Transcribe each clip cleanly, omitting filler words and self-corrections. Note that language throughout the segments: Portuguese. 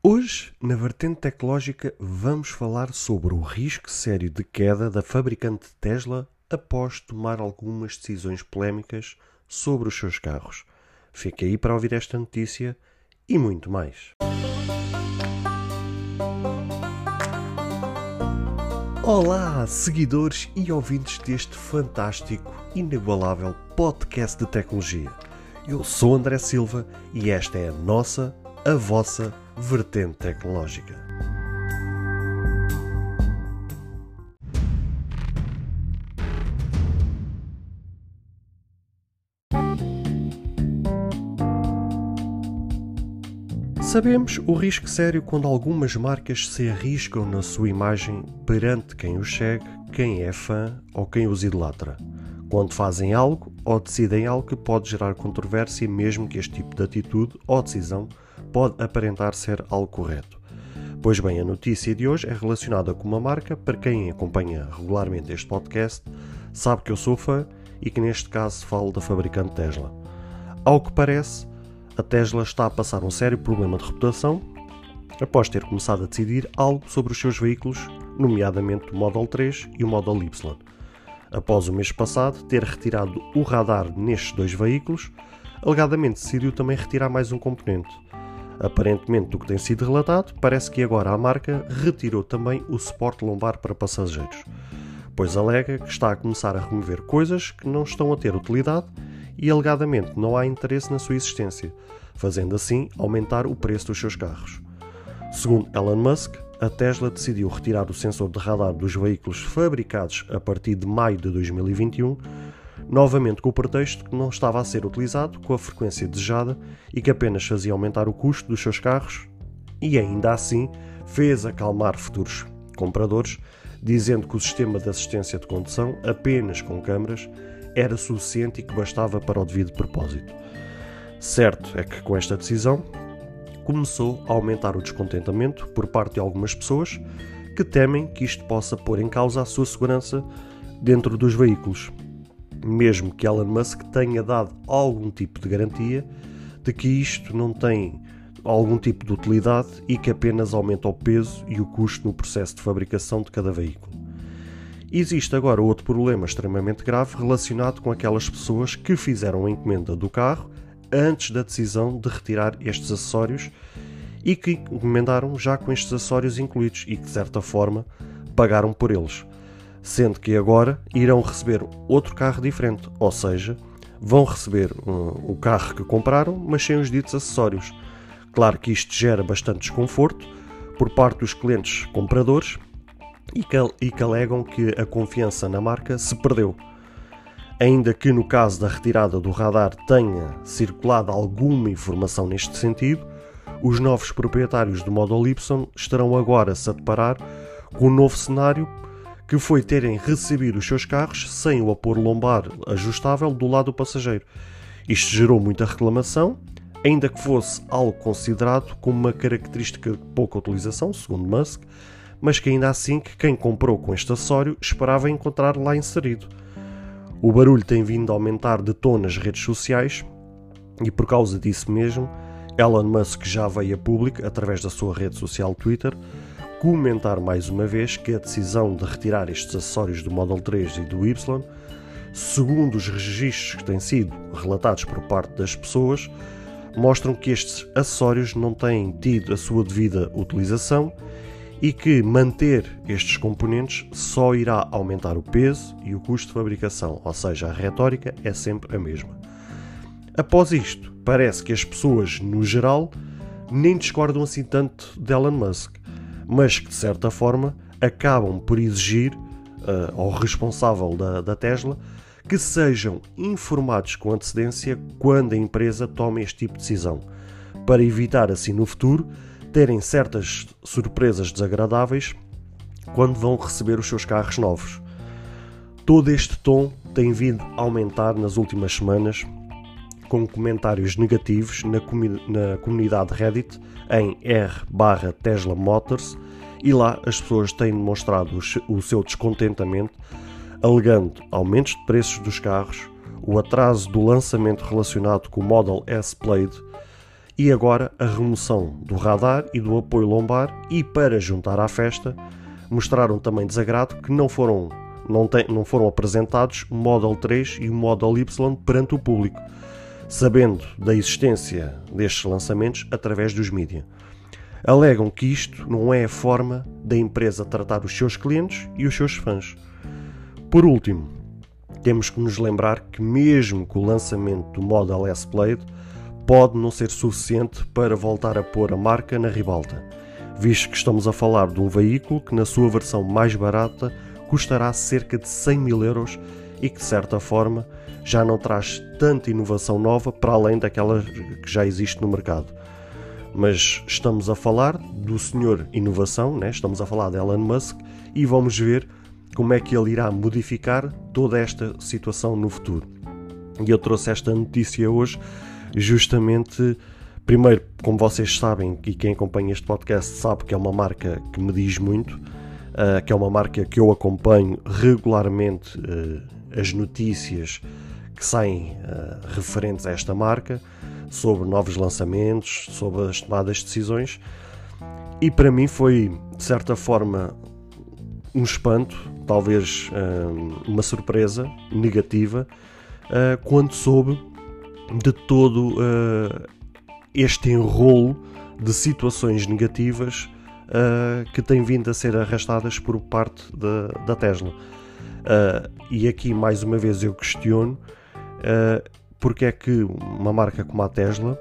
Hoje, na vertente tecnológica, vamos falar sobre o risco sério de queda da fabricante Tesla após tomar algumas decisões polémicas sobre os seus carros. Fique aí para ouvir esta notícia e muito mais. Olá, seguidores e ouvintes deste fantástico, inigualável podcast de tecnologia. Eu sou André Silva e esta é a vossa vertente tecnológica. Sabemos o risco sério quando algumas marcas se arriscam na sua imagem perante quem os segue, quem é fã ou quem os idolatra. Quando fazem algo ou decidem algo que pode gerar controvérsia, mesmo que este tipo de atitude ou decisão pode aparentar ser algo correto. Pois bem, a notícia de hoje é relacionada com uma marca. Para quem acompanha regularmente este podcast, sabe que eu sou fã e que neste caso falo da fabricante Tesla. Ao que parece, a Tesla está a passar um sério problema de reputação após ter começado a decidir algo sobre os seus veículos, nomeadamente o Model 3 e o Model Y. Após o mês passado ter retirado o radar nestes dois veículos, alegadamente decidiu também retirar mais um componente. Aparentemente, do que tem sido relatado, parece que agora a marca retirou também o suporte lombar para passageiros, pois alega que está a começar a remover coisas que não estão a ter utilidade e alegadamente não há interesse na sua existência, fazendo assim aumentar o preço dos seus carros. Segundo Elon Musk, a Tesla decidiu retirar o sensor de radar dos veículos fabricados a partir de maio de 2021, novamente com o pretexto que não estava a ser utilizado com a frequência desejada e que apenas fazia aumentar o custo dos seus carros, e ainda assim fez acalmar futuros compradores, dizendo que o sistema de assistência de condução, apenas com câmaras, era suficiente e que bastava para o devido propósito. Certo é que com esta decisão começou a aumentar o descontentamento por parte de algumas pessoas que temem que isto possa pôr em causa a sua segurança dentro dos veículos, mesmo que Elon Musk tenha dado algum tipo de garantia de que isto não tem algum tipo de utilidade e que apenas aumenta o peso e o custo no processo de fabricação de cada veículo. Existe agora outro problema extremamente grave relacionado com aquelas pessoas que fizeram a encomenda do carro antes da decisão de retirar estes acessórios e que encomendaram já com estes acessórios incluídos e que de certa forma pagaram por eles, sendo que agora irão receber outro carro diferente, ou seja, vão receber o carro que compraram, mas sem os ditos acessórios. Claro que isto gera bastante desconforto por parte dos clientes compradores e que alegam que a confiança na marca se perdeu. Ainda que no caso da retirada do radar tenha circulado alguma informação neste sentido, os novos proprietários do Model Y estarão agora a se deparar com um novo cenário que foi terem recebido os seus carros sem o apoio lombar ajustável do lado do passageiro. Isto gerou muita reclamação, ainda que fosse algo considerado como uma característica de pouca utilização, segundo Musk, mas que ainda assim que quem comprou com este acessório esperava encontrar lá inserido. O barulho tem vindo a aumentar de tom nas redes sociais e por causa disso mesmo, Elon Musk já veio a público, através da sua rede social Twitter, comentar mais uma vez que a decisão de retirar estes acessórios do Model 3 e do Y, segundo os registros que têm sido relatados por parte das pessoas, mostram que estes acessórios não têm tido a sua devida utilização e que manter estes componentes só irá aumentar o peso e o custo de fabricação, ou seja, a retórica é sempre a mesma. Após isto, parece que as pessoas, no geral, nem discordam assim tanto de Elon Musk, mas que de certa forma acabam por exigir ao responsável da Tesla que sejam informados com antecedência quando a empresa toma este tipo de decisão, para evitar assim no futuro terem certas surpresas desagradáveis quando vão receber os seus carros novos. Todo este tom tem vindo a aumentar nas últimas semanas, com comentários negativos na comunidade Reddit em r/Tesla Motors, e lá as pessoas têm demonstrado o seu descontentamento, alegando aumentos de preços dos carros, o atraso do lançamento relacionado com o Model S Plaid e agora a remoção do radar e do apoio lombar, e para juntar à festa mostraram também desagrado que não foram apresentados o Model 3 e o Model Y perante o público, sabendo da existência destes lançamentos através dos mídias. Alegam que isto não é a forma da empresa tratar os seus clientes e os seus fãs. Por último, temos que nos lembrar que mesmo com o lançamento do Model S Plaid, pode não ser suficiente para voltar a pôr a marca na ribalta, visto que estamos a falar de um veículo que na sua versão mais barata custará cerca de 100 mil euros e que de certa forma já não traz tanta inovação nova para além daquela que já existe no mercado. Mas estamos a falar do senhor inovação, né? Estamos a falar de Elon Musk, e vamos ver como é que ele irá modificar toda esta situação no futuro. E eu trouxe esta notícia hoje justamente, primeiro, como vocês sabem, e quem acompanha este podcast sabe que é uma marca que me diz muito, que é uma marca que eu acompanho regularmente, as notícias que saem referentes a esta marca, sobre novos lançamentos, sobre as tomadas de decisões, e para mim foi, de certa forma, um espanto, talvez uma surpresa negativa, quando soube de todo este enrolo de situações negativas que têm vindo a ser arrastadas por parte da Tesla. E aqui, mais uma vez, eu questiono porque é que uma marca como a Tesla,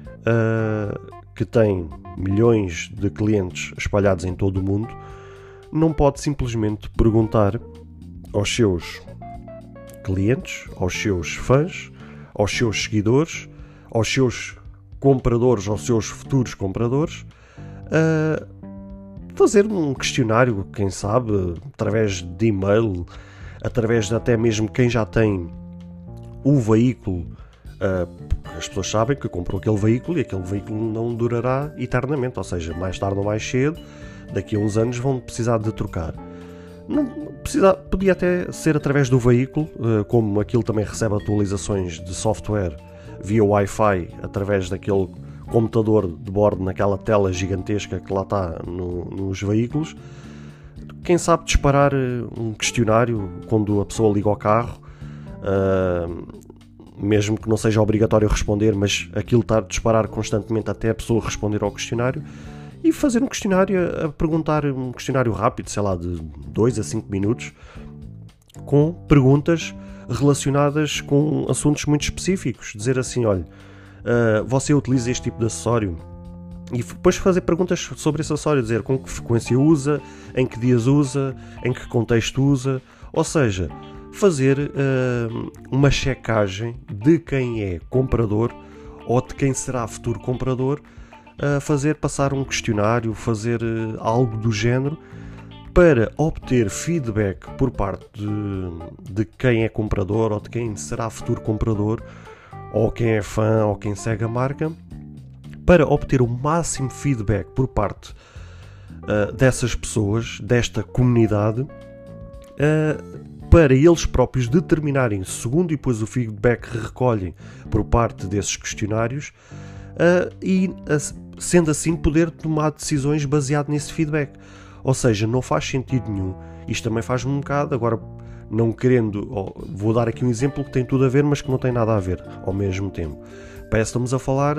que tem milhões de clientes espalhados em todo o mundo, não pode simplesmente perguntar aos seus clientes, aos seus fãs, aos seus seguidores, aos seus compradores, aos seus futuros compradores, fazer um questionário, quem sabe, através de e-mail, através de até mesmo quem já tem o veículo, as pessoas sabem que comprou aquele veículo e aquele veículo não durará eternamente, ou seja, mais tarde ou mais cedo, daqui a uns anos vão precisar de trocar. Não precisa, podia até ser através do veículo, como aquilo também recebe atualizações de software via Wi-Fi, através daquele computador de bordo, naquela tela gigantesca que lá está nos veículos. Quem sabe disparar um questionário quando a pessoa liga ao carro, mesmo que não seja obrigatório responder, mas aquilo está a disparar constantemente até a pessoa responder ao questionário, e fazer um questionário, a perguntar um questionário rápido, sei lá, de 2 a 5 minutos, com perguntas relacionadas com assuntos muito específicos. Dizer assim, olha, você utiliza este tipo de acessório? E depois fazer perguntas sobre esse acessório, dizer com que frequência usa, em que dias usa, em que contexto usa, ou seja, fazer uma checagem de quem é comprador ou de quem será futuro comprador, fazer passar um questionário, fazer algo do género, para obter feedback por parte de quem é comprador ou de quem será futuro comprador, ou quem é fã ou quem segue a marca, para obter o máximo feedback por parte dessas pessoas, desta comunidade, para eles próprios determinarem, segundo e depois o feedback que recolhem por parte desses questionários, e sendo assim poder tomar decisões baseado nesse feedback. Ou seja, não faz sentido nenhum. Isto também faz-me um bocado, agora não querendo, vou dar aqui um exemplo que tem tudo a ver, mas que não tem nada a ver ao mesmo tempo. Parece que estamos a falar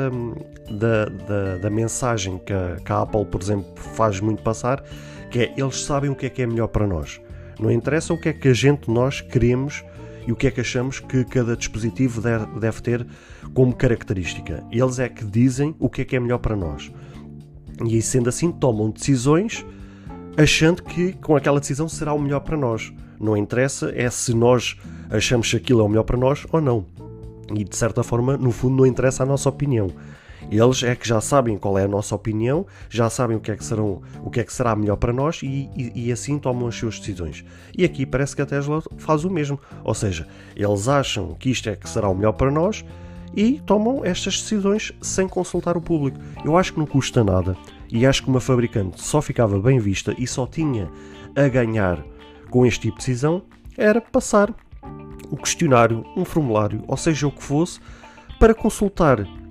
da mensagem que a Apple, por exemplo, faz muito passar, que é, eles sabem o que é melhor para nós. Não interessa o que é que nós queremos e o que é que achamos que cada dispositivo deve ter como característica. Eles é que dizem o que é melhor para nós. E sendo assim, tomam decisões achando que com aquela decisão será o melhor para nós. Não interessa é se nós achamos que aquilo é o melhor para nós ou não. E de certa forma, no fundo, não interessa a nossa opinião. Eles é que já sabem qual é a nossa opinião, já sabem o que é que será melhor para nós e assim tomam as suas decisões. E aqui parece que a Tesla faz o mesmo. Ou seja, eles acham que isto é que será o melhor para nós e tomam estas decisões sem consultar o público. Eu acho que não custa nada e acho que uma fabricante só ficava bem vista e só tinha a ganhar com este tipo de decisão era passar o questionário, um formulário, ou seja o que fosse, para consultar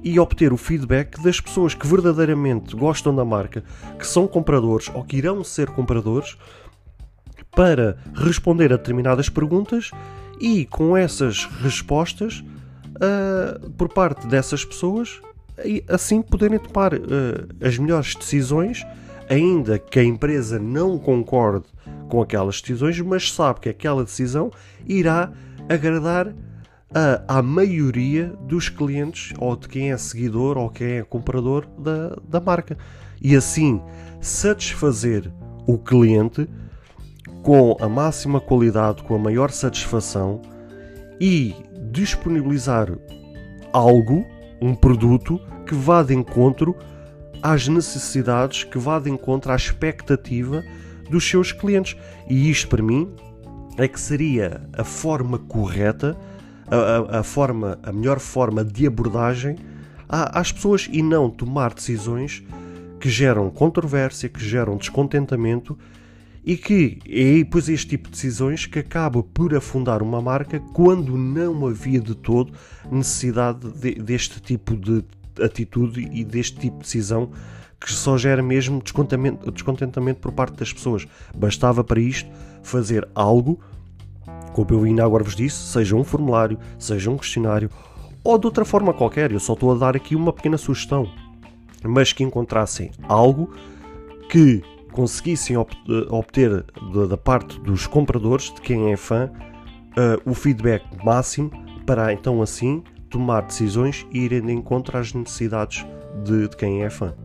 e obter o feedback das pessoas que verdadeiramente gostam da marca, que são compradores ou que irão ser compradores, para responder a determinadas perguntas e com essas respostas por parte dessas pessoas e assim poderem tomar as melhores decisões, ainda que a empresa não concorde com aquelas decisões, mas sabe que aquela decisão irá agradar à maioria dos clientes ou de quem é seguidor ou quem é comprador da marca. E assim satisfazer o cliente com a máxima qualidade, com a maior satisfação e disponibilizar algo, um produto que vá de encontro às necessidades, que vá de encontro à expectativa dos seus clientes. E isto para mim é que seria a forma correta, a melhor forma de abordagem às pessoas e não tomar decisões que geram controvérsia, que geram descontentamento e que é depois este tipo de decisões que acaba por afundar uma marca quando não havia de todo necessidade deste tipo de atitude e deste tipo de decisão que só gera mesmo descontentamento por parte das pessoas. Bastava para isto fazer algo, como eu ainda agora vos disse, seja um formulário, seja um questionário ou de outra forma qualquer. Eu só estou a dar aqui uma pequena sugestão, mas que encontrassem algo que conseguissem obter da parte dos compradores, de quem é fã, o feedback máximo para então assim tomar decisões e irem de encontro às necessidades de quem é fã.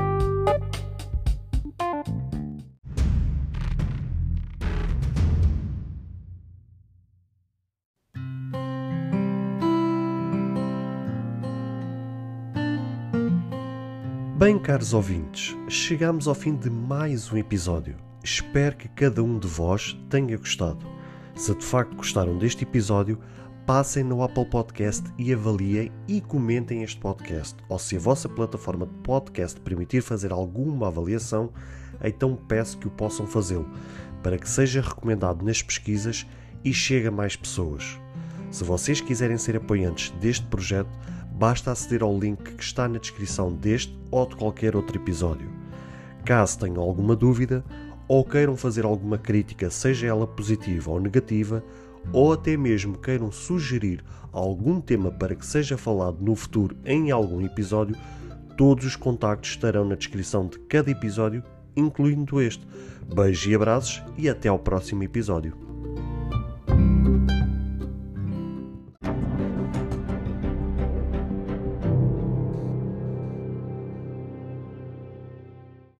Bem, caros ouvintes, chegamos ao fim de mais um episódio. Espero que cada um de vós tenha gostado. Se de facto gostaram deste episódio, passem no Apple Podcast e avaliem e comentem este podcast. Ou se a vossa plataforma de podcast permitir fazer alguma avaliação, então peço que o possam fazê-lo, para que seja recomendado nas pesquisas e chegue a mais pessoas. Se vocês quiserem ser apoiantes deste projeto, basta aceder ao link que está na descrição deste ou de qualquer outro episódio. Caso tenham alguma dúvida ou queiram fazer alguma crítica, seja ela positiva ou negativa, ou até mesmo queiram sugerir algum tema para que seja falado no futuro em algum episódio, todos os contactos estarão na descrição de cada episódio, incluindo este. Beijos e abraços e até ao próximo episódio.